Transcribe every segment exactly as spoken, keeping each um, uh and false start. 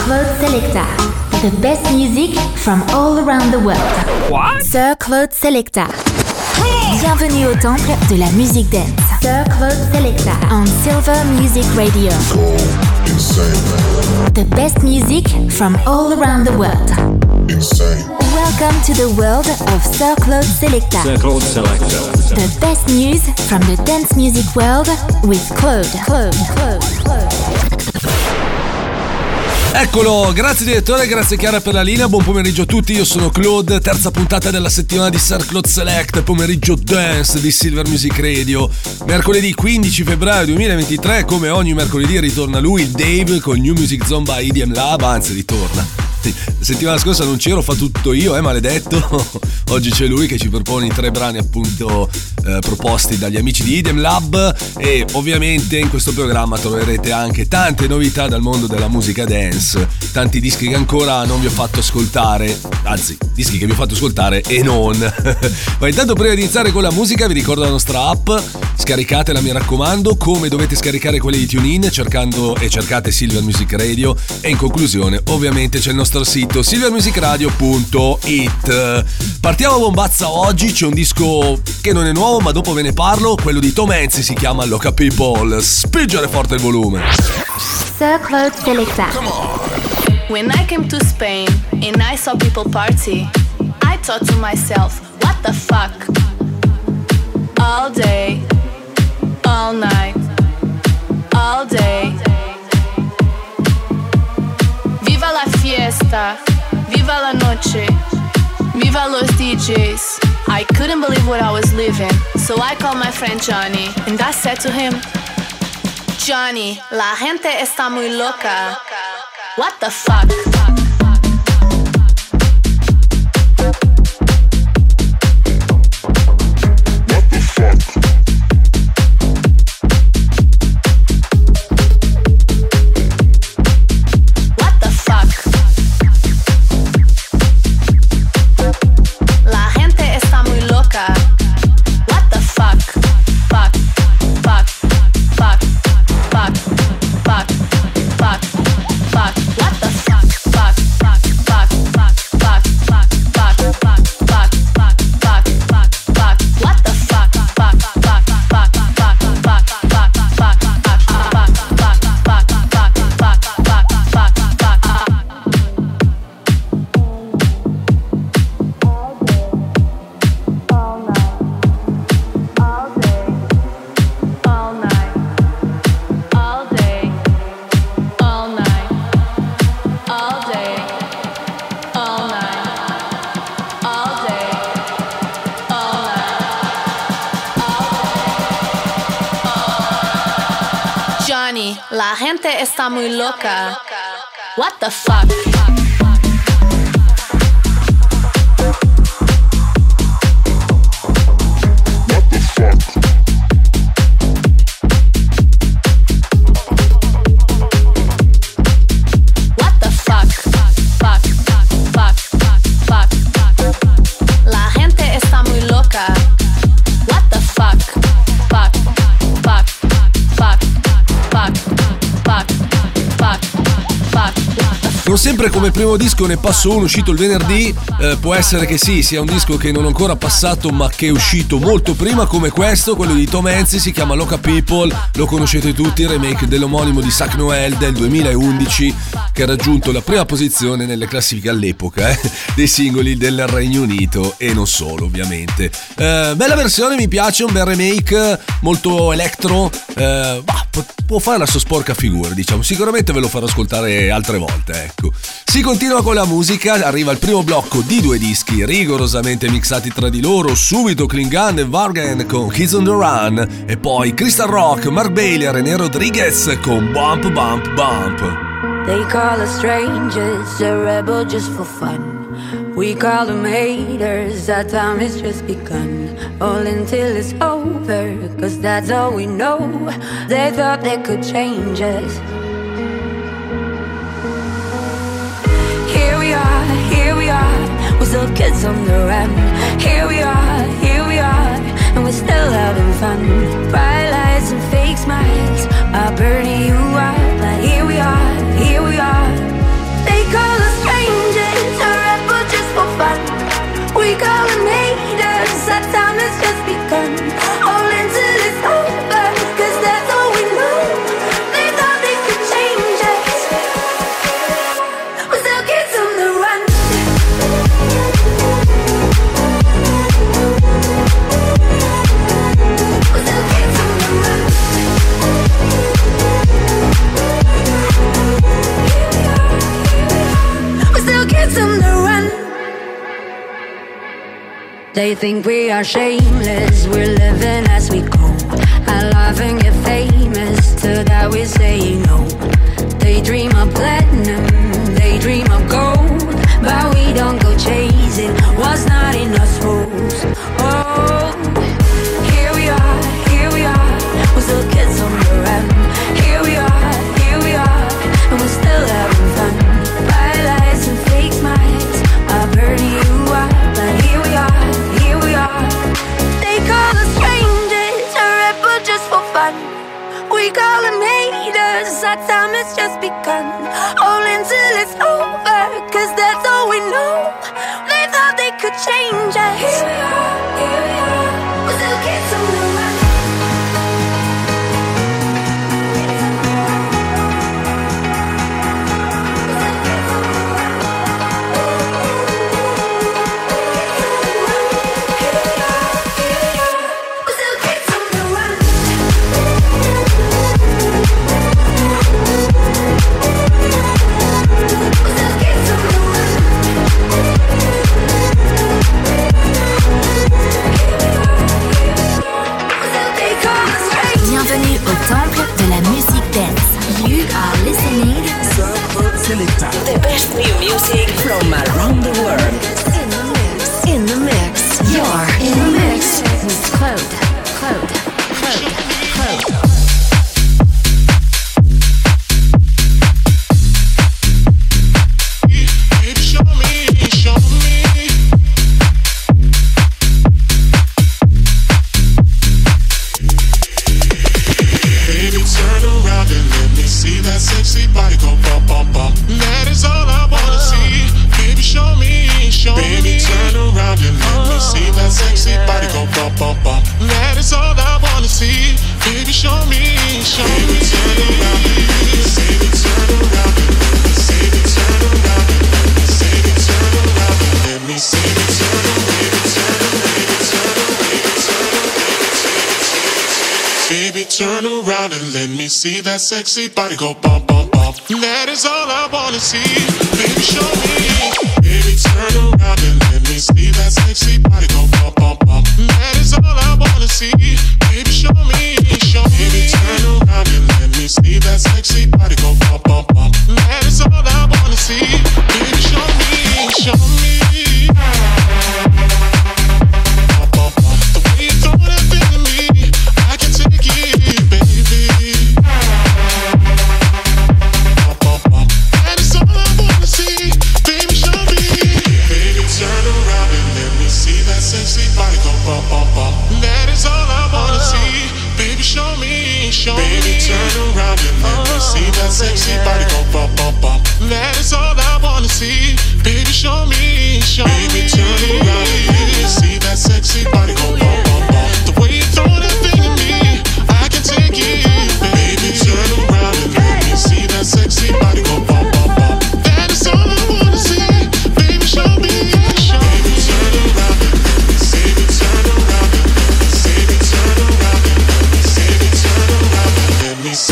Claude Selecta. The best music from all around the world. What? Sir Claude Selecta. Bienvenue au temple de la musique dance. Sir Claude Selecta on Silver Music Radio. Go insane. The best music from all around the world. Insane. Welcome to the world of Sir Claude Selecta. Sir Claude Selecta. The best news from the dance music world with Claude. Claude. Claude. Claude. Eccolo, grazie direttore, grazie Chiara per la linea, buon pomeriggio a tutti, io sono Claude, terza puntata della settimana di Sir Claude Select, pomeriggio dance di Silver Music Radio. Mercoledì quindici febbraio duemilaventitré, come ogni mercoledì ritorna lui, il Dave, con New Music Zone by E D M Lab, anzi ritorna. La settimana scorsa non c'ero, fa tutto io, eh, maledetto. Oggi c'è lui che ci propone i tre brani appunto eh, proposti dagli amici di E D M Lab, e ovviamente in questo programma troverete anche tante novità dal mondo della musica dance, tanti dischi che ancora non vi ho fatto ascoltare, anzi dischi che vi ho fatto ascoltare e non. Ma intanto, prima di iniziare con la musica, vi ricordo la nostra app, scaricatela mi raccomando, come dovete scaricare quelle di TuneIn cercando e cercate Silver Music Radio, e in conclusione ovviamente c'è il nostro sito silver music radio punto it. Partiamo a bombazza oggi, c'è un disco che non è nuovo ma dopo ve ne parlo, quello di Tom Hensi, si chiama Loca People, spingere forte il volume. Sir Claude Selecta. When I came to Spain and I saw people party, I thought to myself, what the fuck? All day, all night, all day. Viva la fiesta, viva la noche, viva los D Js. I couldn't believe what I was living, so I called my friend Johnny and I said to him, Johnny, la gente está muy loca. What the fuck? La gente está muy loca. What the fuck? Non sempre come primo disco, ne passo uno uscito il venerdì, eh, può essere che sì, sia un disco che non ho ancora passato ma che è uscito molto prima, come questo, quello di Tom Hensi, si chiama Loca People, lo conoscete tutti, il remake dell'omonimo di Sac Noel del duemilaundici, che ha raggiunto la prima posizione nelle classifiche all'epoca eh, dei singoli del Regno Unito e non solo ovviamente. Eh, bella versione, mi piace, un bel remake, molto electro, eh, bah, può fare la sua sporca figura, diciamo, sicuramente ve lo farò ascoltare altre volte, ecco. Si continua con la musica, arriva il primo blocco di due dischi rigorosamente mixati tra di loro, subito Klingon e Vargan con Kids on the Run, e poi Crystal Rock, Mark Bailey e René Rodriguez con Bump Bump Bump. They call us strangers, a rebel just for fun. We call them haters, our time has just begun. All until it's over, cause that's all we know. They thought they could change us. Here we are, here we are, we're still kids on the run. Here we are, here we are, and we're still having fun. Bright lights and fake smiles are burning you out. But here we are, here we are, They think we are shameless, we're living as we go. I love and get famous, to that we say no. They dream of platinum, they dream of gold, but we don't go chasing what's not in us fools. Oh, here we are, here we are, we're still kids on the run. Here we are, here we are, and we're still having fun. Highlights and fake smiles, I've heard you are, but here we are, here we are. They call us strangers, a rebel just for fun. We call them haters, our time has just begun. All until it's over, cause that's all we know. They thought they could change us. Here we are, here we are, we're still kids on the run. Bienvenue au temple de la musique dance. You are listening Selecta. The best new music from around the world. in the mix. In the mix. You're in the mix with Claude. Claude. Claude. Claude. Turn around and let me see that sexy body go bump, bump, bump. That is all I wanna see. Baby, show me. Baby, turn around and let me see that sexy body go bump, bump, bump. That is all I wanna see. Baby, show me, show me. Baby, turn around and let me see that sexy body go bump, bump, bump. That is all I wanna see. Baby, show me, show me. Bump, bump, bump. The way you throw that thing to me, I can take it. Sexy body go bump, bump, bump. That is all I wanna see. Baby, show me, show me. Baby, turn around and let me see that sexy body go bump, bump, bump. The way you throw that thing at me, I can take it. Baby, turn around and let me see that sexy body go bump, bump, bump. That is all I wanna see. Baby, show me, show me. Baby, turn around and let me see. Baby, turn around and let me see. Baby, turn around and let me see. Baby, turn around and let me see.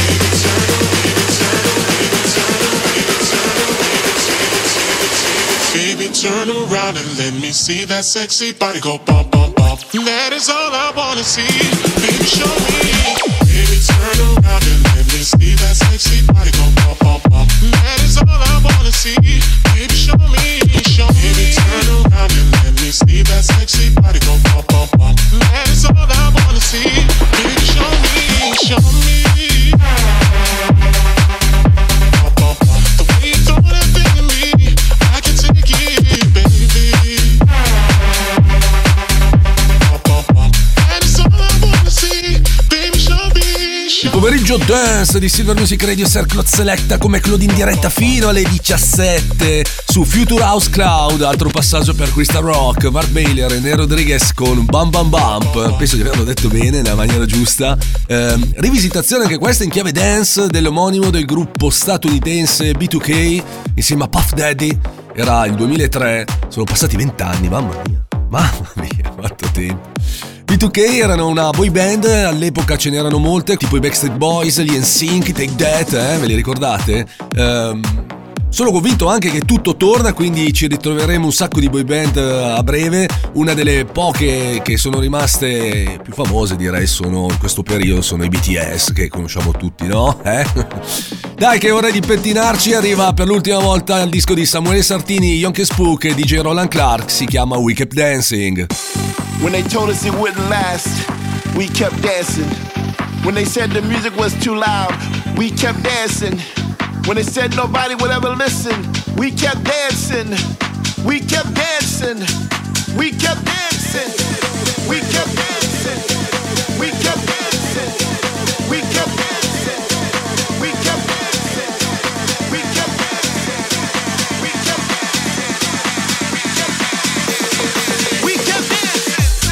Baby, turn around and let me see that sexy body go bump, bump, bump. That is all I wanna see. Baby, show me. Baby, turn around and let me see that sexy body go bump, bump, bump. That is all I wanna see. Baby, show me, show me. Baby, turn around and let me see that sexy body go bump, bump, bump. That is all I wanna see. Baby, show me, show me. Pomeriggio dance di Silver Music Radio, Circlot Selecta come Claude in diretta fino alle diciassette su Future House Cloud. Altro passaggio per Crystal Rock, Mark Bailey e René Rodriguez con Bam Bam Bump. Penso di averlo detto bene nella maniera giusta. eh, Rivisitazione anche questa in chiave dance dell'omonimo del gruppo statunitense B due K insieme a Puff Daddy. Era il duemilatré, sono passati vent'anni, mamma mia, mamma mia, quanto tempo. B due K erano una boy band, all'epoca ce n'erano molte, tipo i Backstreet Boys, gli N Sync, Take That, eh, ve li ricordate? Um, Sono convinto anche che tutto torna, quindi ci ritroveremo un sacco di boy band a breve. Una delle poche che sono rimaste più famose, direi, sono in questo periodo sono i B T S, che conosciamo tutti, no? Eh? Dai, che è ora di pettinarci. Arriva per l'ultima volta il disco di Samuele Sartini, Yonke Spook e D J Roland Clark, si chiama We Kept Dancing. When they told us it wouldn't last, we kept dancing. When they said the music was too loud, we kept dancing. When they said nobody would ever listen, we kept dancing. We kept dancing. We kept dancing. We kept dancing. We kept dancing. We kept dancing. We kept dancing. We kept dancing. We kept dancing. We kept dancing.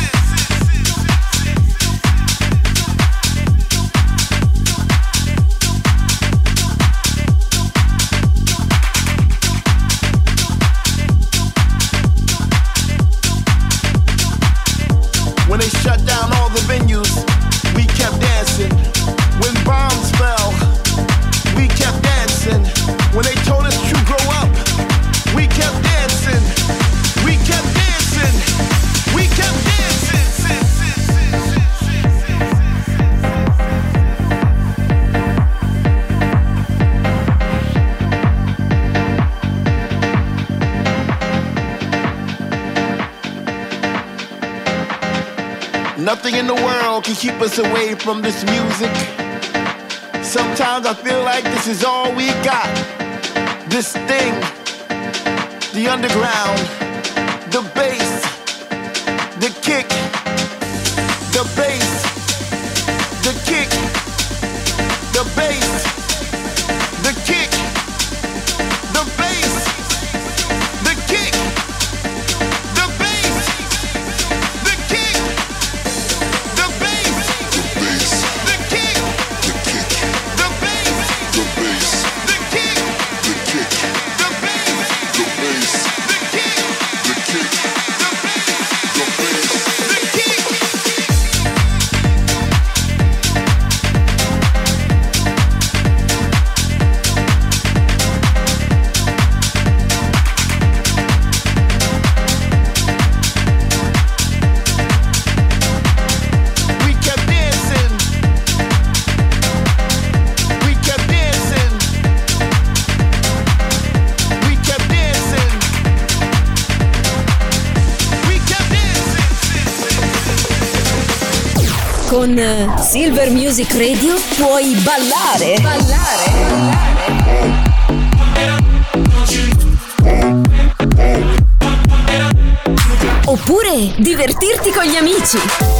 When they shut down all the venues, we kept dancing. When bombs fell, we kept dancing. When they told us to grow up, we kept dancing. We kept dancing. We kept dancing. Nothing in the world can keep us away from this music. Sometimes I feel like this is all we got. This thing, the underground, the bass, the kick, the bass, the kick, the bass, the kick, the bass, the kick, the bass, the kick. The bass, the bass, the kick, the kick, the bass, the bass, the kick, the kick, the bass, the bass, the kick, the kick, the bass, the bass, the kick. We kept dancing. We kept dancing. We kept dancing. We kept dancing. Con eh, Silver Music Radio puoi ballare. Ballare. Oppure divertirti con gli amici.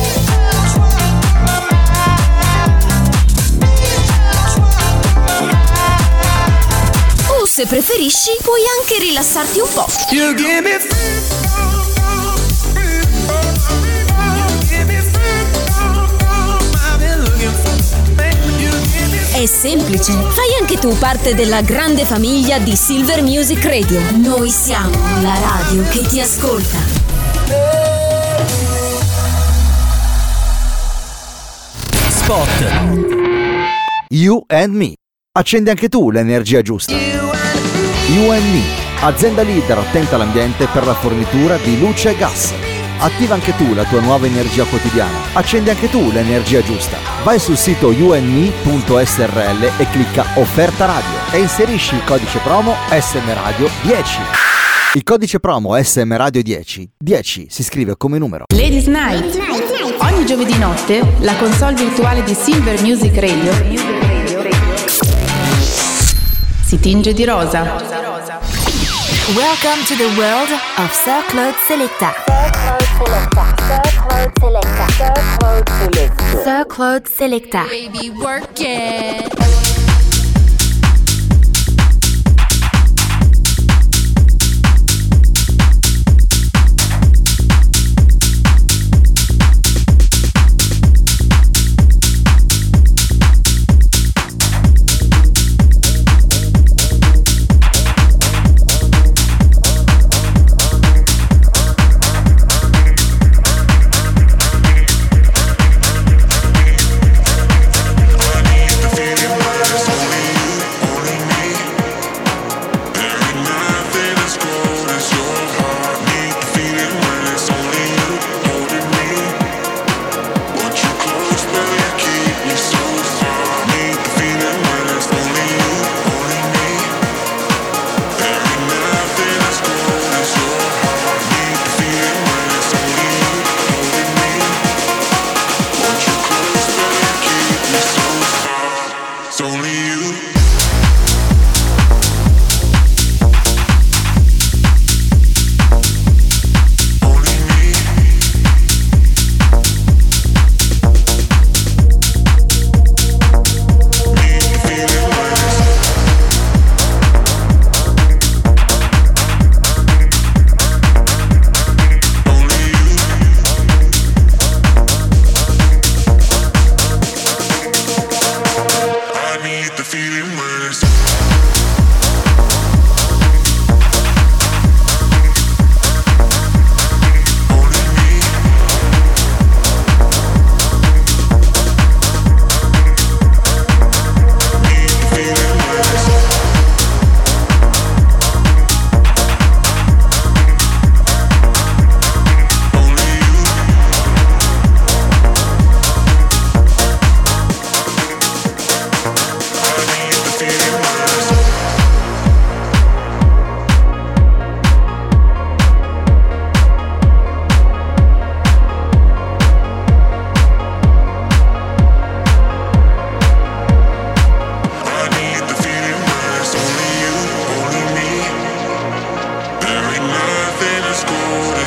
O se preferisci, puoi anche rilassarti un po'. È semplice, fai anche tu parte della grande famiglia di Silver Music Radio. Noi siamo la radio che ti ascolta. Spot. You and Me. Accendi anche tu l'energia giusta. You and Me, azienda leader attenta all'ambiente per la fornitura di luce e gas. Attiva anche tu la tua nuova energia quotidiana. Accendi anche tu l'energia giusta. Vai sul sito you and me punto s r l e clicca offerta radio e inserisci il codice promo S M Radio dieci. Il codice promo S M Radio dieci, dieci si scrive come numero. Ladies Night. Ogni giovedì notte la console virtuale di Silver Music Radio si tinge di rosa. Welcome to the world of Sir Claude Selecta. Sir Claude Selecta. Baby, work it. Feeling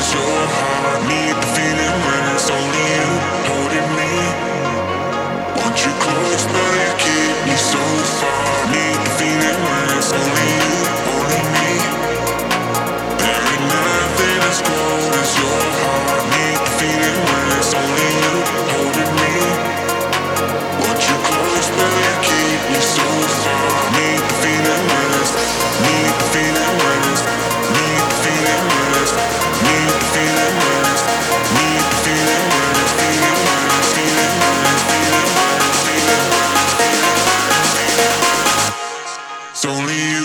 is your heart. Need the feeling when it's only you holding me. Want you close, but you keep me so far. Need the feeling when it's only you holding me. There ain't nothing as cold as your heart. Need the feeling when it's only you holding me. Want you close, but you keep me so far. Need the feeling when it's, need the feeling when it's, need the feeling when it's, need the feeling when it's, need the feeling when it's, feeling when it's, feeling when it's, feeling when it's, feeling when it's, feeling when it's, it's only you.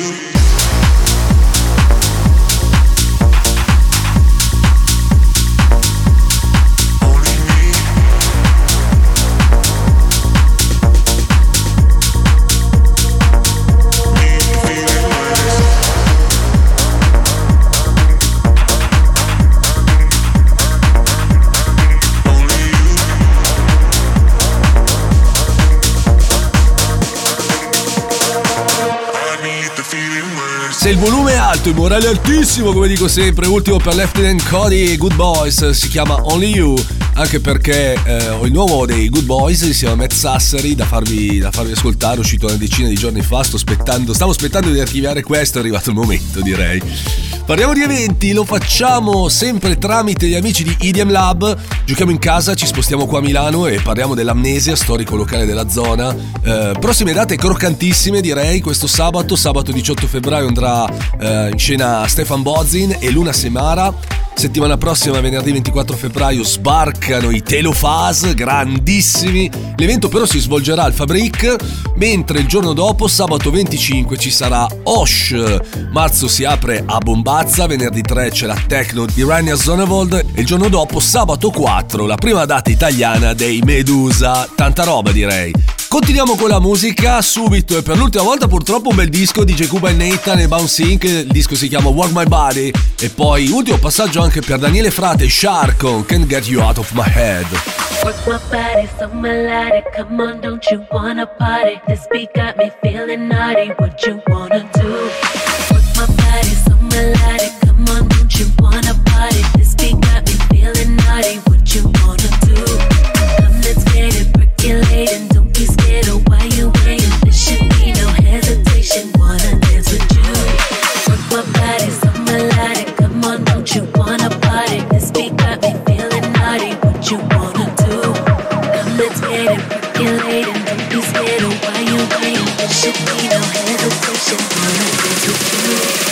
Se il volume è alto, il morale è altissimo, come dico sempre. Ultimo per Lieutenant Cody, Good Boys, si chiama Only You, anche perché eh, ho il nuovo dei Good Boys, si chiama Matt Sassari, da farvi, da farvi ascoltare, uscito una decina di giorni fa. Sto aspettando, stavo aspettando di archiviare questo, è arrivato il momento, direi. Parliamo di eventi, lo facciamo sempre tramite gli amici di E D M Lab. Giochiamo in casa, ci spostiamo qua a Milano e parliamo dell'Amnesia, storico locale della zona. Eh, prossime date croccantissime, direi. Questo sabato, sabato diciotto febbraio, andrà eh, in scena Stefan Bozin e Luna Semara. Settimana prossima, venerdì ventiquattro febbraio, sbarcano i Telofaz, grandissimi. L'evento però si svolgerà al Fabric, mentre il giorno dopo, sabato venticinque, ci sarà Osh. Marzo si apre a Bombazza, venerdì tre c'è la Techno di Rainer Zonnevold e il giorno dopo, sabato quattro, la prima data italiana dei Medusa. Tanta roba, direi. Continuiamo con la musica subito e per l'ultima volta purtroppo un bel disco di J. Cuba e Nathan e Bounce Inc. Il disco si chiama Work My Body e poi ultimo passaggio anche per Daniele Frate e Shark con Can't Get You Out of My Head. Work my body so melodic, come on, don't you wanna party? This beat got me feeling naughty, what you wanna do? Work my body so melodic, come on, don't you wanna party? This beat got me feeling naughty, what you wanna do? Come, let's get it percolating, don't be scared of why you waiting. There should be no hesitation, wanna dance with you. Work my body so melodic, come on, don't you wanna party? This beat got me feeling naughty, what you wanna do? Come, let's get it percolating, don't be scared of why you waiting. There should be no hesitation, wanna dance with you.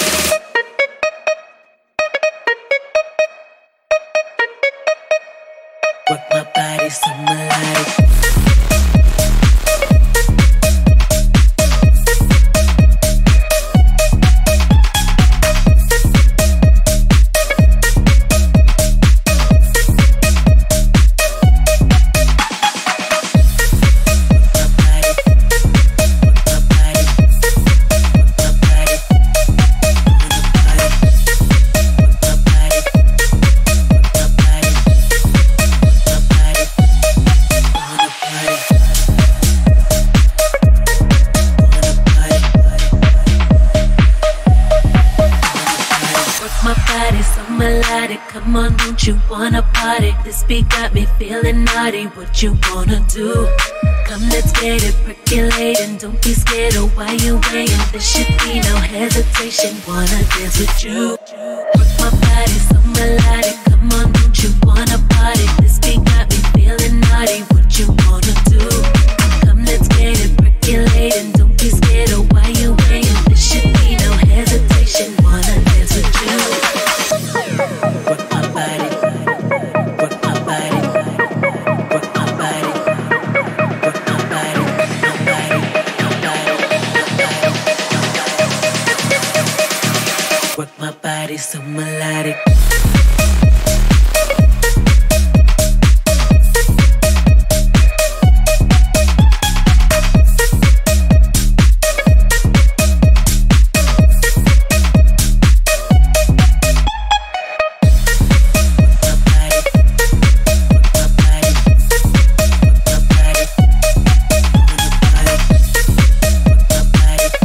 Work my body so melodic. Come on, don't you wanna party? This beat got me feeling naughty, what you wanna do? Come, let's get it percolating, don't be scared of why you waiting. There should be no hesitation, wanna dance with you. Work my body so melodic, come on, don't you wanna party? This beat got me feeling naughty, what you wanna do? Come, let's get it percolating, don't be scared of why you waiting. There should be no hesitation, wanna dance with you. Work my body, work my body, work my body, work my body, my body, my body, work my body so melodic.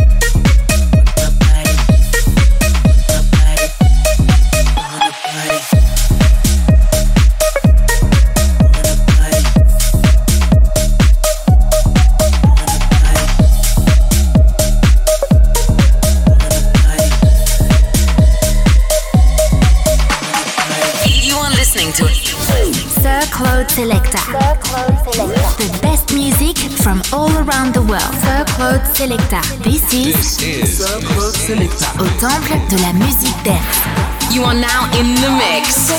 Party. Claude Selecta. Sir Claude Selecta. The best music from all around the world. Sir Claude Selecta. This is, This is Sir Claude Selecta. Au temple de la musique dance. You are now in the mix.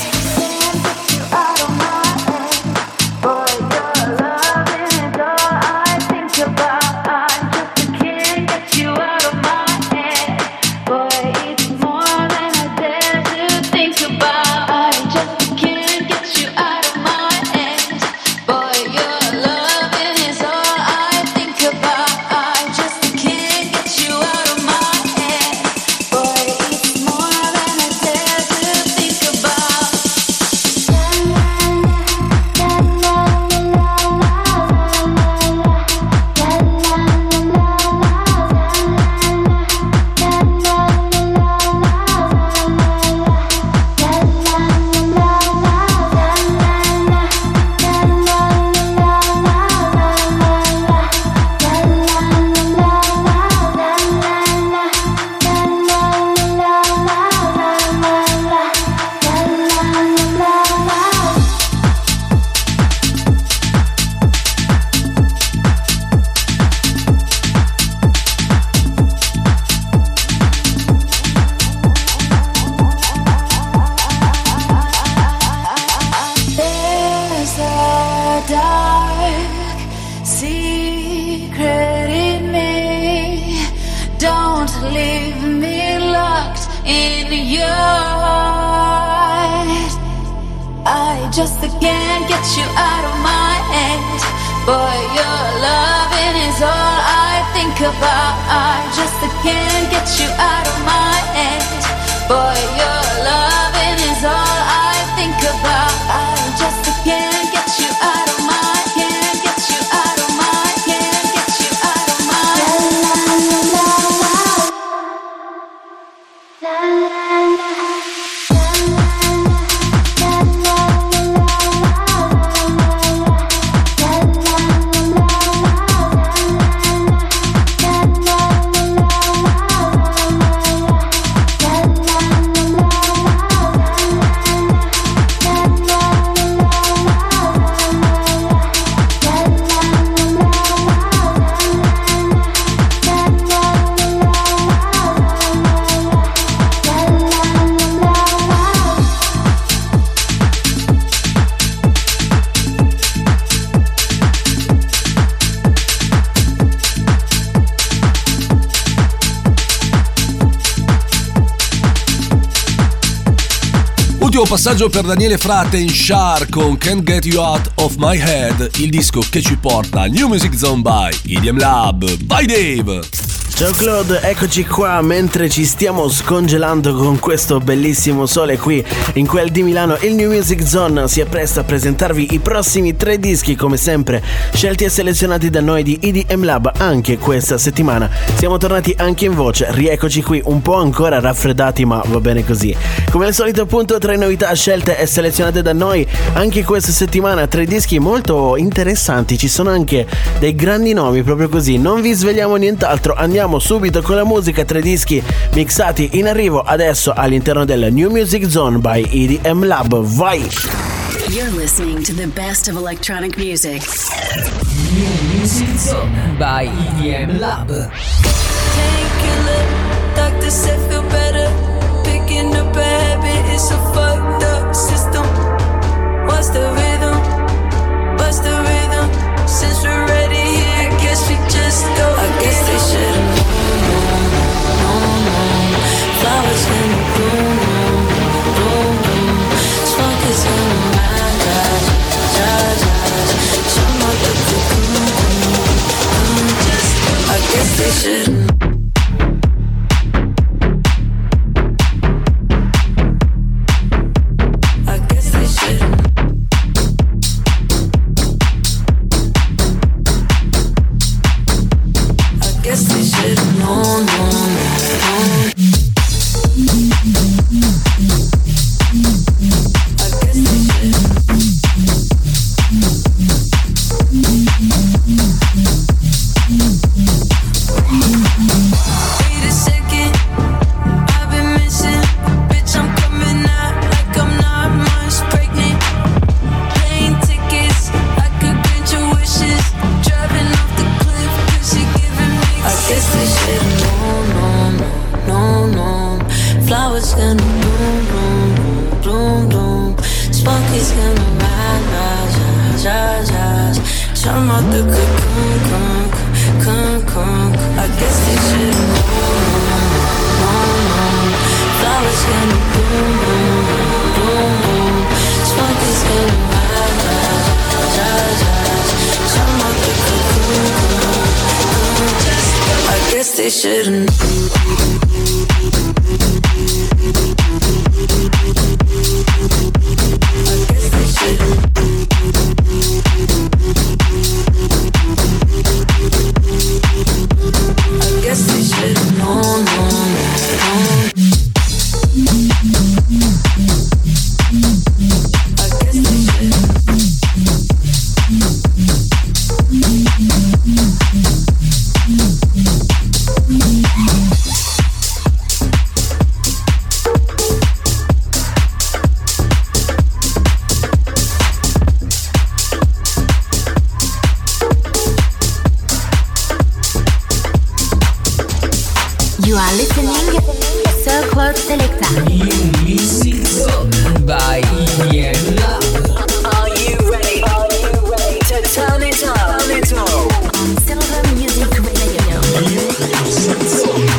Just can't get you out of my head. Boy, your loving is all I think about. I just can't get you out of my head. Boy, your loving is all I think about. I just can't get you out of my, can't get you out of my, can't get you out of my. La la la la la la la. Ultimo passaggio per Daniele Frate in Shar con Can't Get You Out of My Head, il disco che ci porta a New Music Zone by E D M Lab. Bye Dave! Ciao Claude, eccoci qua mentre ci stiamo scongelando con questo bellissimo sole qui in quel di Milano. Il New Music Zone si appresta a presentarvi i prossimi tre dischi, come sempre scelti e selezionati da noi di E D M Lab. Anche questa settimana siamo tornati anche in voce, rieccoci qui un po' ancora raffreddati, ma va bene così. Come al solito appunto tre novità scelte e selezionate da noi anche questa settimana, tre dischi molto interessanti, ci sono anche dei grandi nomi proprio così. Non vi svegliamo nient'altro, andiamo subito con la musica, tre dischi mixati in arrivo adesso all'interno del New Music Zone by E D M Lab. Vai! You're listening to the best of electronic music. New Music Zone by E D M Lab. Painkiller, doctor said feel better. Picking up a habit, it's a fucked up system. What's the rhythm? What's the rhythm? Since we're ready here, I guess we just go. I guess they should've known, known, known. Flowers in the bloom, bloom, bloom. Smoke is in the mind, judge, judge, judge. Some of the cocoon, cocoon, just. I guess they should've. Flowers gonna bloom, bloom, bloom, bloom. Smoky's gonna rise, rise, rise, rise, rise. Some of the cocoon, cocoon, cocoon, cocoon. I guess they should've known, known, known. Flowers gonna bloom, bloom, bloom, bloom. Smoky's gonna rise, rise, rise, rise. Some of the cocoon, cocoon, cocoon. I guess they should've known. You are listening Sir Claude Selecta. New Music Zone by E M Love. Are you ready? Are you ready to turn it up? Turn it up on Silver Music Radio. New Music Zone.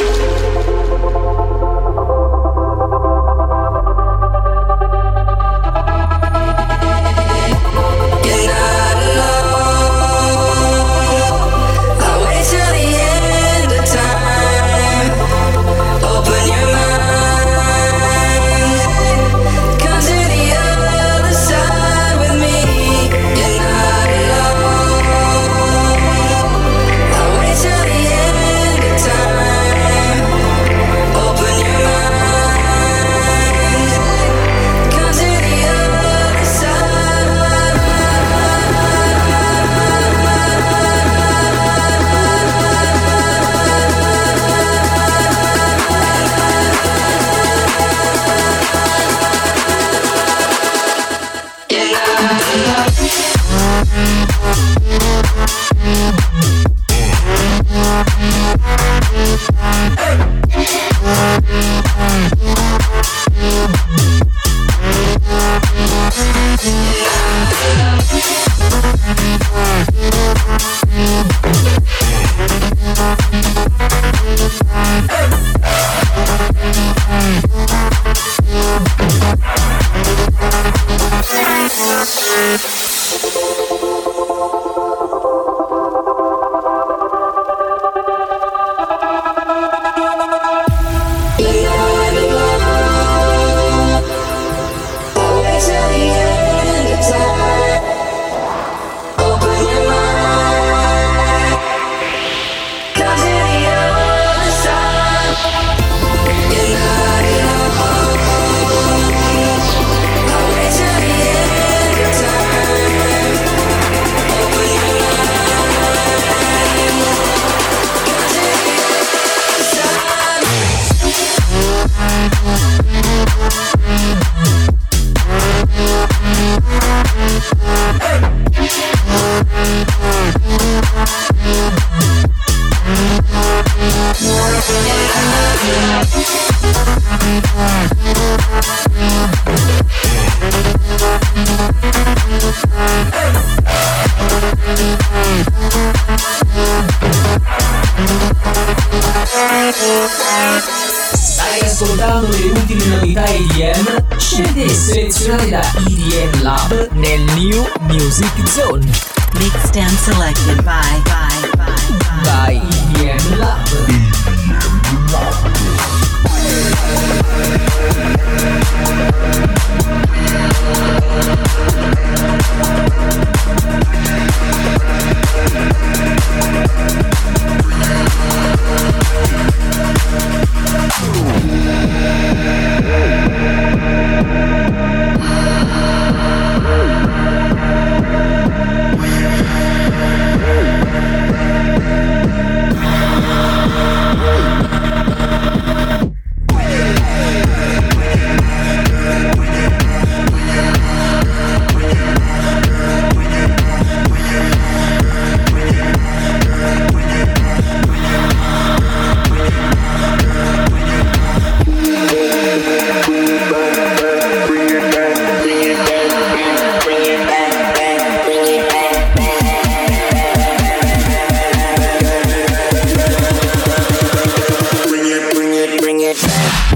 Stai ascoltando le ultime novità E D M scelte e selezionate da E D M Lab nel New Music Zone. Mixed and selected by by by by E D M Lab. it back.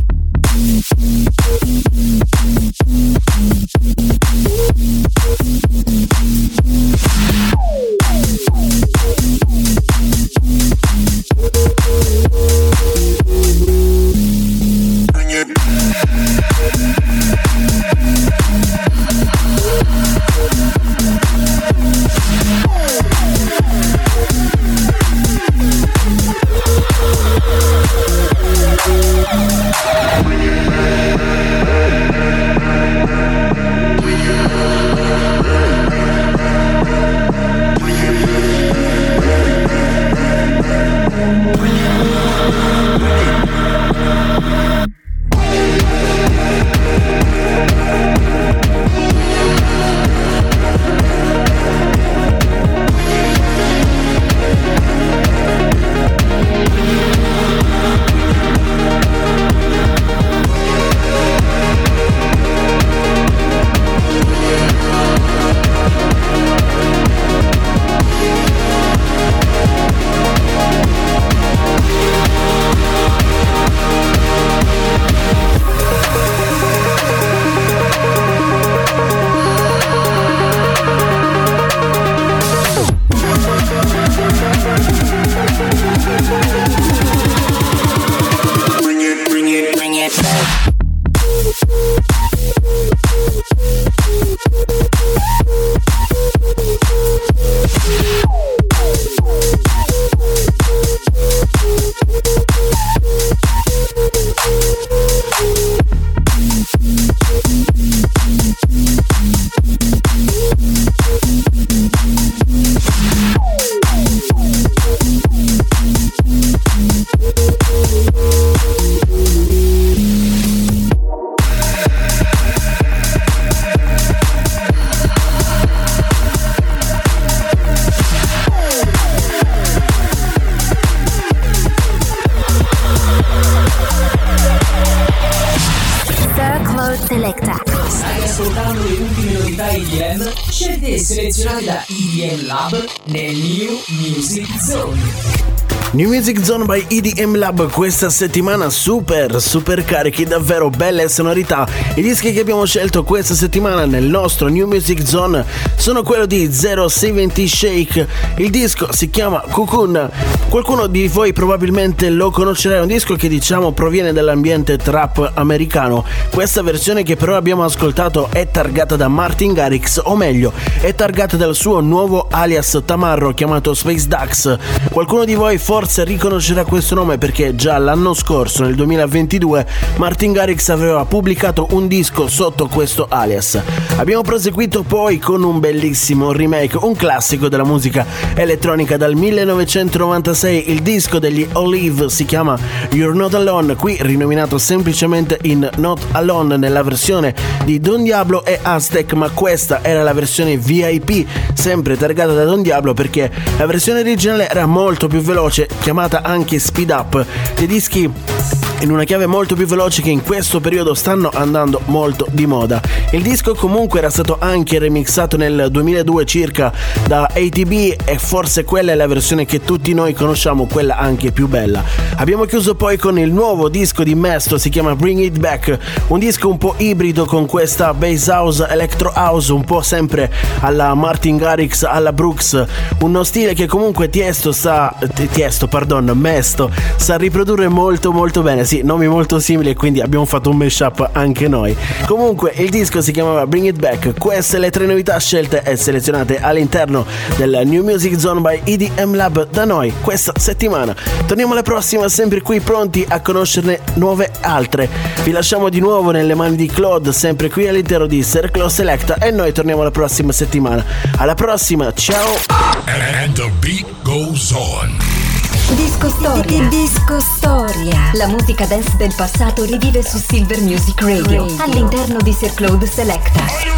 Nel New Music Zone. New Music Zone by E D M Lab questa settimana super super carichi, davvero belle sonorità. I dischi che abbiamo scelto questa settimana nel nostro New Music Zone sono quello di zero seventy Shake. Il disco si chiama Cocoon. Qualcuno di voi probabilmente lo conoscerà, è un disco che diciamo proviene dall'ambiente trap americano. Questa versione che però abbiamo ascoltato è targata da Martin Garrix, o meglio è targata dal suo nuovo alias tamarro chiamato Space Ducks. Qualcuno di voi forse riconoscerà questo nome perché già l'anno scorso, nel duemilaventidue, Martin Garrix aveva pubblicato un disco sotto questo alias. Abbiamo proseguito poi con un bellissimo remake, un classico della musica elettronica dal millenovecentonovantasei. Il disco degli Olive si chiama You're Not Alone, qui rinominato semplicemente in Not Alone nella versione di Don Diablo e Aztec, ma questa era la versione V I P, sempre targata da Don Diablo perché la versione originale era molto più veloce, chiamata anche Speed Up. Dei dischi in una chiave molto più veloce che in questo periodo stanno andando molto di moda. Il disco comunque era stato anche remixato nel duemiladue circa da A T B e forse quella è la versione che tutti noi conosciamo, quella anche più bella. Abbiamo chiuso poi con il nuovo disco di Mesto, si chiama Bring It Back, un disco un po' ibrido con questa bass house, electro house, un po' sempre alla Martin Garrix, alla Brooks, uno stile che comunque Tiesto sta Tiesto, pardon, Mesto sa riprodurre molto molto bene. Sì, nomi molto simili e quindi abbiamo fatto un mashup anche noi. Comunque il disco si chiamava Bring It Back. Queste le tre novità scelte e selezionate all'interno del New Music Zone by E D M Lab da noi questa settimana. Torniamo alla prossima, sempre qui pronti a conoscerne nuove altre. Vi lasciamo di nuovo nelle mani di Claude, sempre qui all'interno di Circle Selecta, e noi torniamo la prossima settimana. Alla prossima, ciao. And the beat goes on. Disco Storia. Disco Storia. La musica dance del passato rivive su Silver Music Radio, Radio. all'interno di Sir Claude Selecta.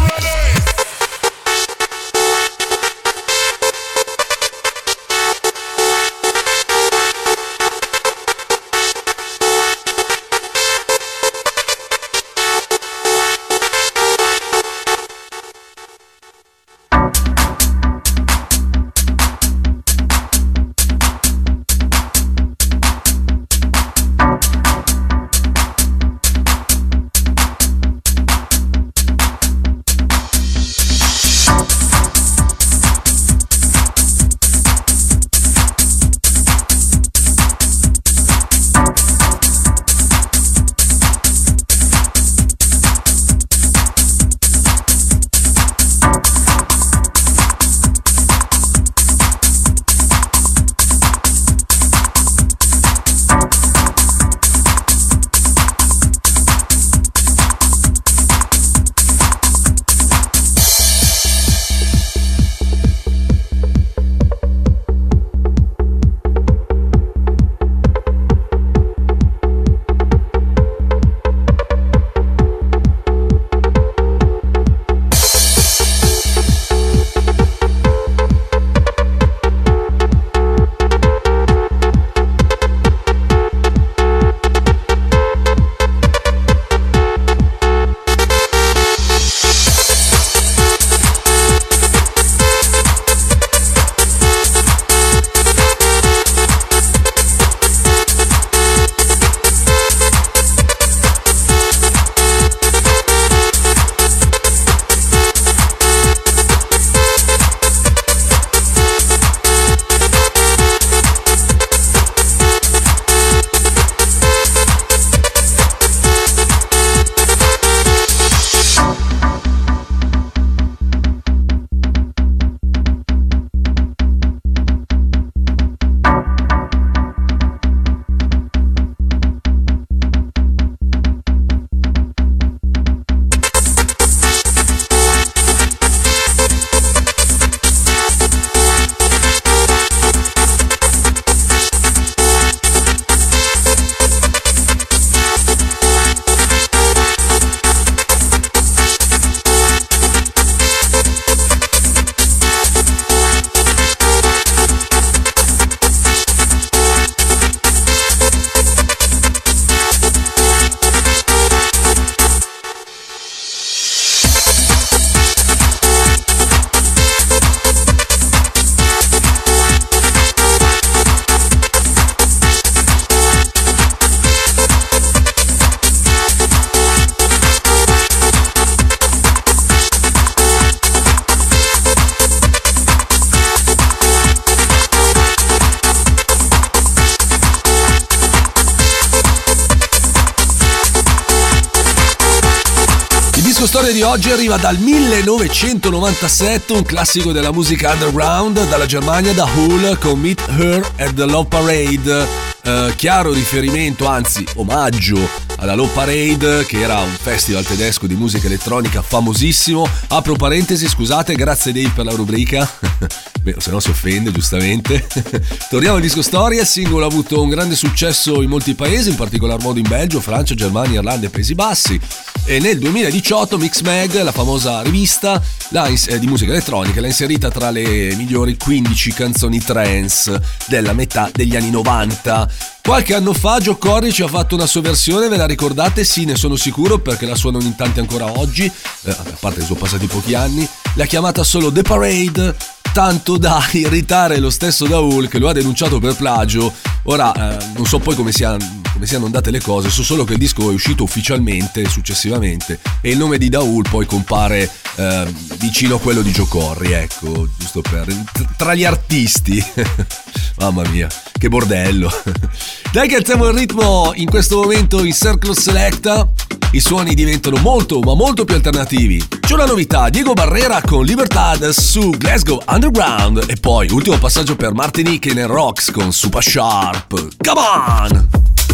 discostoria di oggi arriva dal millenovecentonovantasette, un classico della musica underground, dalla Germania, da Hull con Meet Her at the Love Parade. Uh, chiaro riferimento, anzi omaggio alla Love Parade, che era un festival tedesco di musica elettronica famosissimo. Apro parentesi, scusate, grazie Dave per la rubrica. Beh, se no si offende, giustamente. Torniamo al disco storia. Il singolo ha avuto un grande successo in molti paesi, in particolar modo in Belgio, Francia, Germania, Irlanda e Paesi Bassi. E nel duemiladiciotto Mixmag, la famosa rivista la, eh, di musica elettronica, l'ha inserita tra le migliori quindici canzoni trance della metà degli anni novanta. Qualche anno fa Joe Corry ci ha fatto una sua versione, ve la ricordate? Sì, ne sono sicuro, perché la suonano in tanti ancora oggi, eh, a parte che sono passati pochi anni. L'ha chiamata solo The Parade, tanto da irritare lo stesso Daul, che lo ha denunciato per plagio. Ora eh, non so poi come siano, come siano andate le cose, so solo che il disco è uscito ufficialmente successivamente e il nome di Daul poi compare eh, vicino a quello di Joe Corry, ecco, giusto per tra gli artisti. Mamma mia, che bordello. Dai che alziamo il ritmo in questo momento in Circle Selecta. I suoni diventano molto ma molto più alternativi. C'è una novità, Diego Barrera con Libertad su Glasgow Underground, e poi ultimo passaggio per Martinique nel Rocks con Super Sharp. Come on!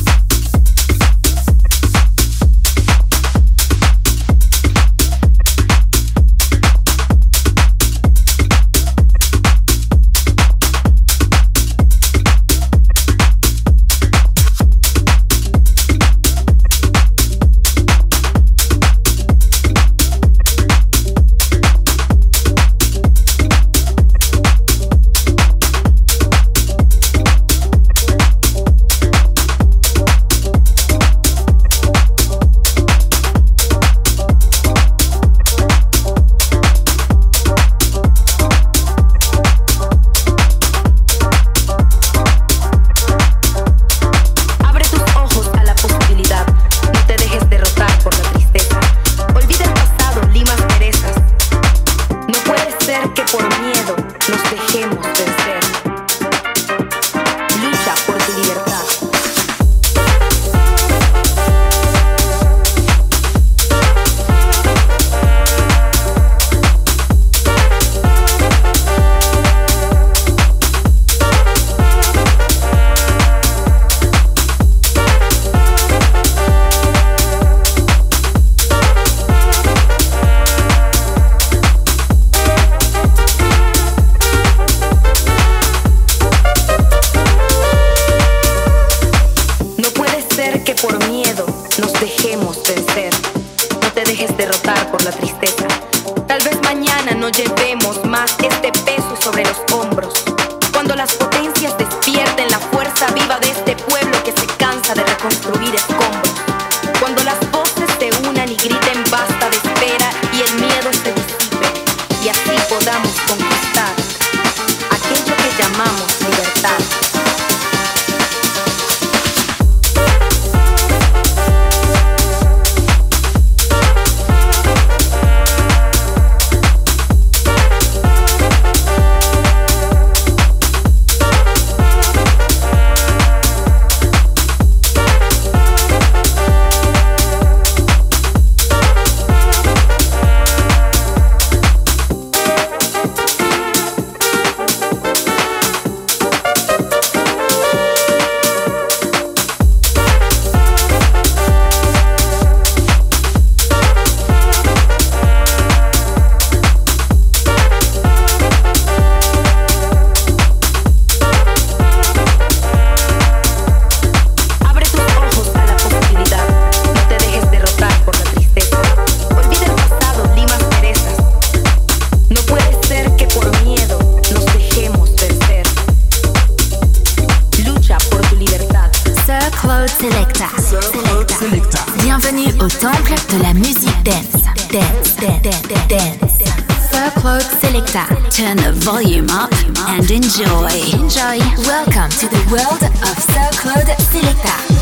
Bienvenue au temple de la musique dance. Dance, dance, dance, dance. Sir Claude Selecta. Turn the volume up and enjoy. Enjoy. Welcome to the world of Sir Claude Selecta.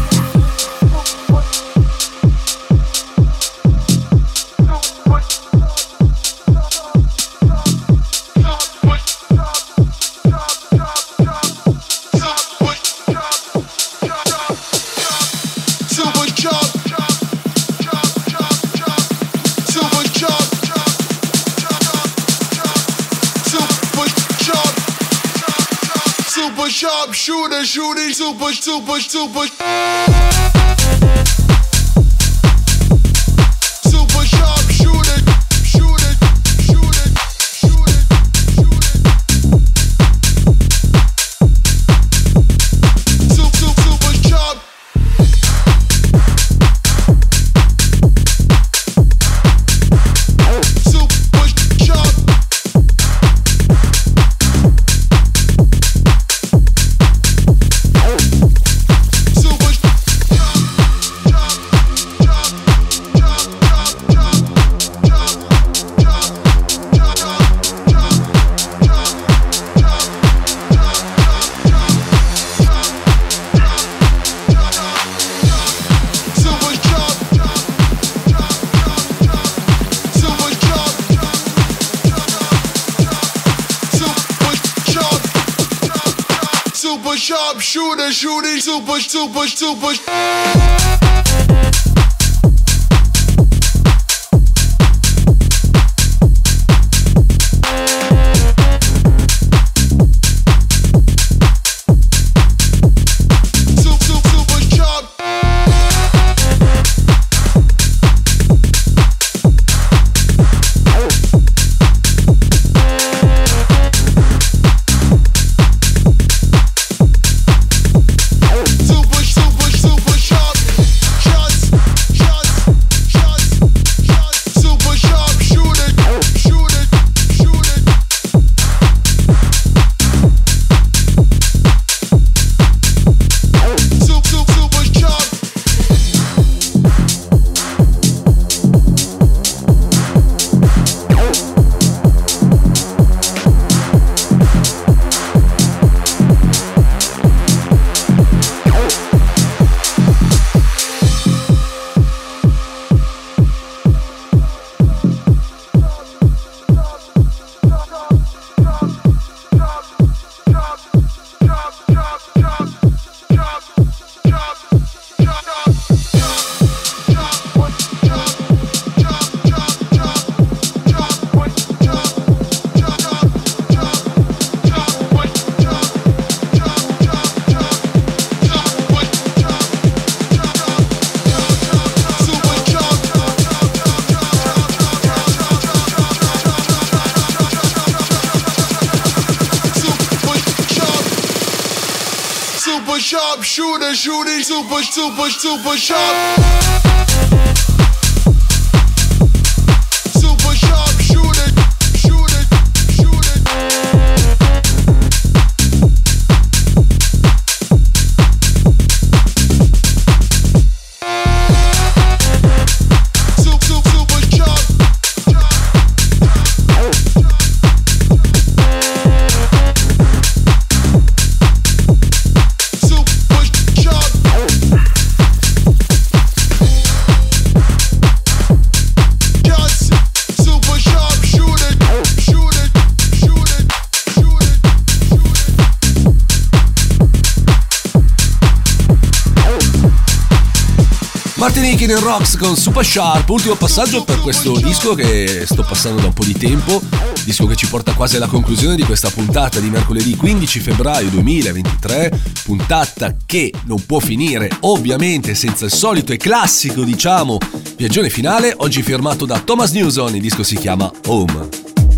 Super sharp shooter, shooting super, super, super. Super sharp shooter, shooter, shooter, shooter, shooter. Super, super, super sharp. Sharp shooter, shooting super, super, super. Sharp shooter, shooting super, super, super sharp. Super sharp shooter, shooter, shooter. Super, super, super sharp. Martinique in Rocks con Super Sharp, ultimo passaggio per questo disco che sto passando da un po' di tempo, disco che ci porta quasi alla conclusione di questa puntata di mercoledì quindici febbraio duemilaventitré, puntata che non può finire ovviamente senza il solito e classico, diciamo, viaggione finale, oggi firmato da Thomas Newson, il disco si chiama Home.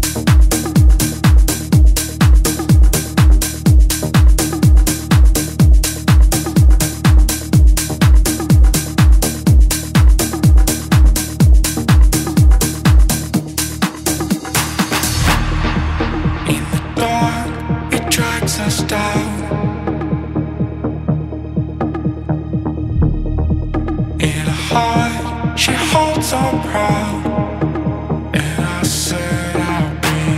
She holds on proud, and I said I'll be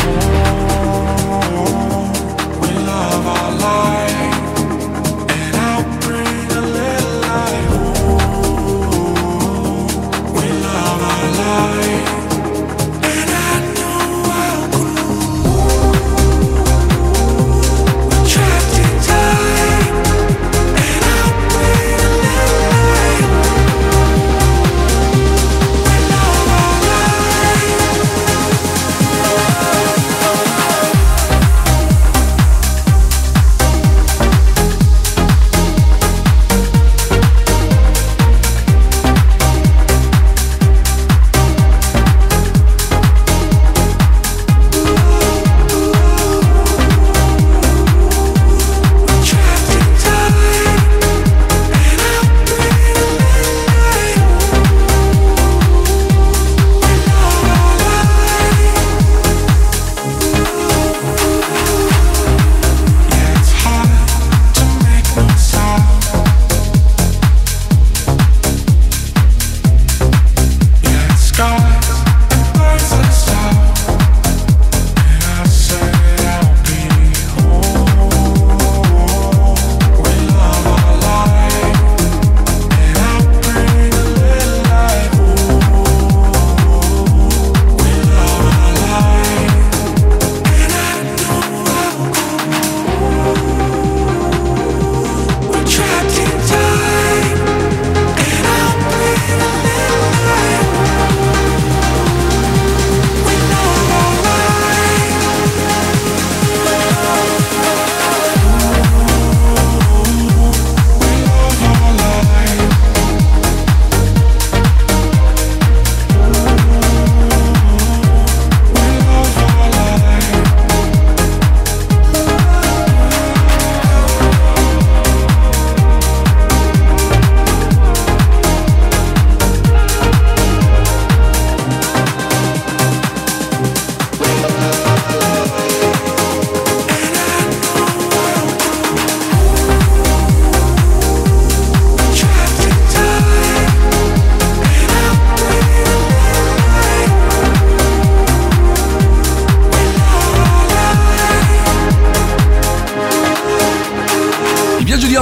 home. We love our life, and I'll bring a little light home. We love our life, and I know I'll grow. We're trapped in time, and I'll bring a little light. We love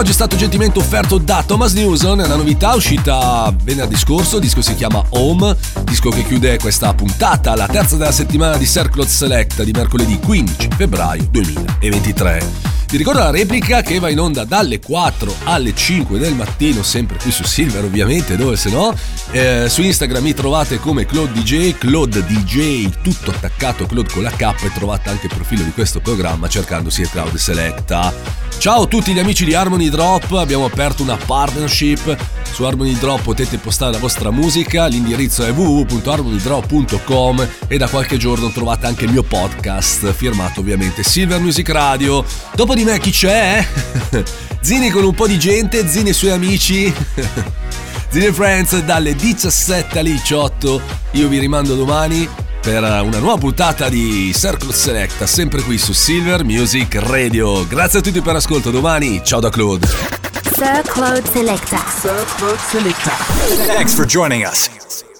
oggi è stato gentilmente offerto da Thomas Newson, è una novità uscita venerdì scorso, il disco si chiama Home, disco che chiude questa puntata, la terza della settimana di Circle Select di mercoledì quindici febbraio duemilaventitré. Vi ricordo la replica che va in onda dalle quattro alle cinque del mattino, sempre qui su Silver ovviamente, dove se no? Eh, su Instagram mi trovate come Claude D J, Claude D J, tutto attaccato, Claude con la K, e trovate anche il profilo di questo programma cercando sia Cloud Selecta. Ciao a tutti gli amici di Harmony Drop, abbiamo aperto una partnership, su Harmony Drop potete postare la vostra musica, l'indirizzo è w w w punto harmony drop punto com e da qualche giorno trovate anche il mio podcast, firmato ovviamente Silver Music Radio. Dopo di me chi c'è? Zini con un po' di gente, Zini e i suoi amici, Zini e Friends dalle diciassette alle diciotto, io vi rimando domani per una nuova puntata di Circle Select, sempre qui su Silver Music Radio. Grazie a tutti per l'ascolto, domani, ciao da Claude. Sir Claude Selecta. Sir Claude Selecta. Thanks for joining us.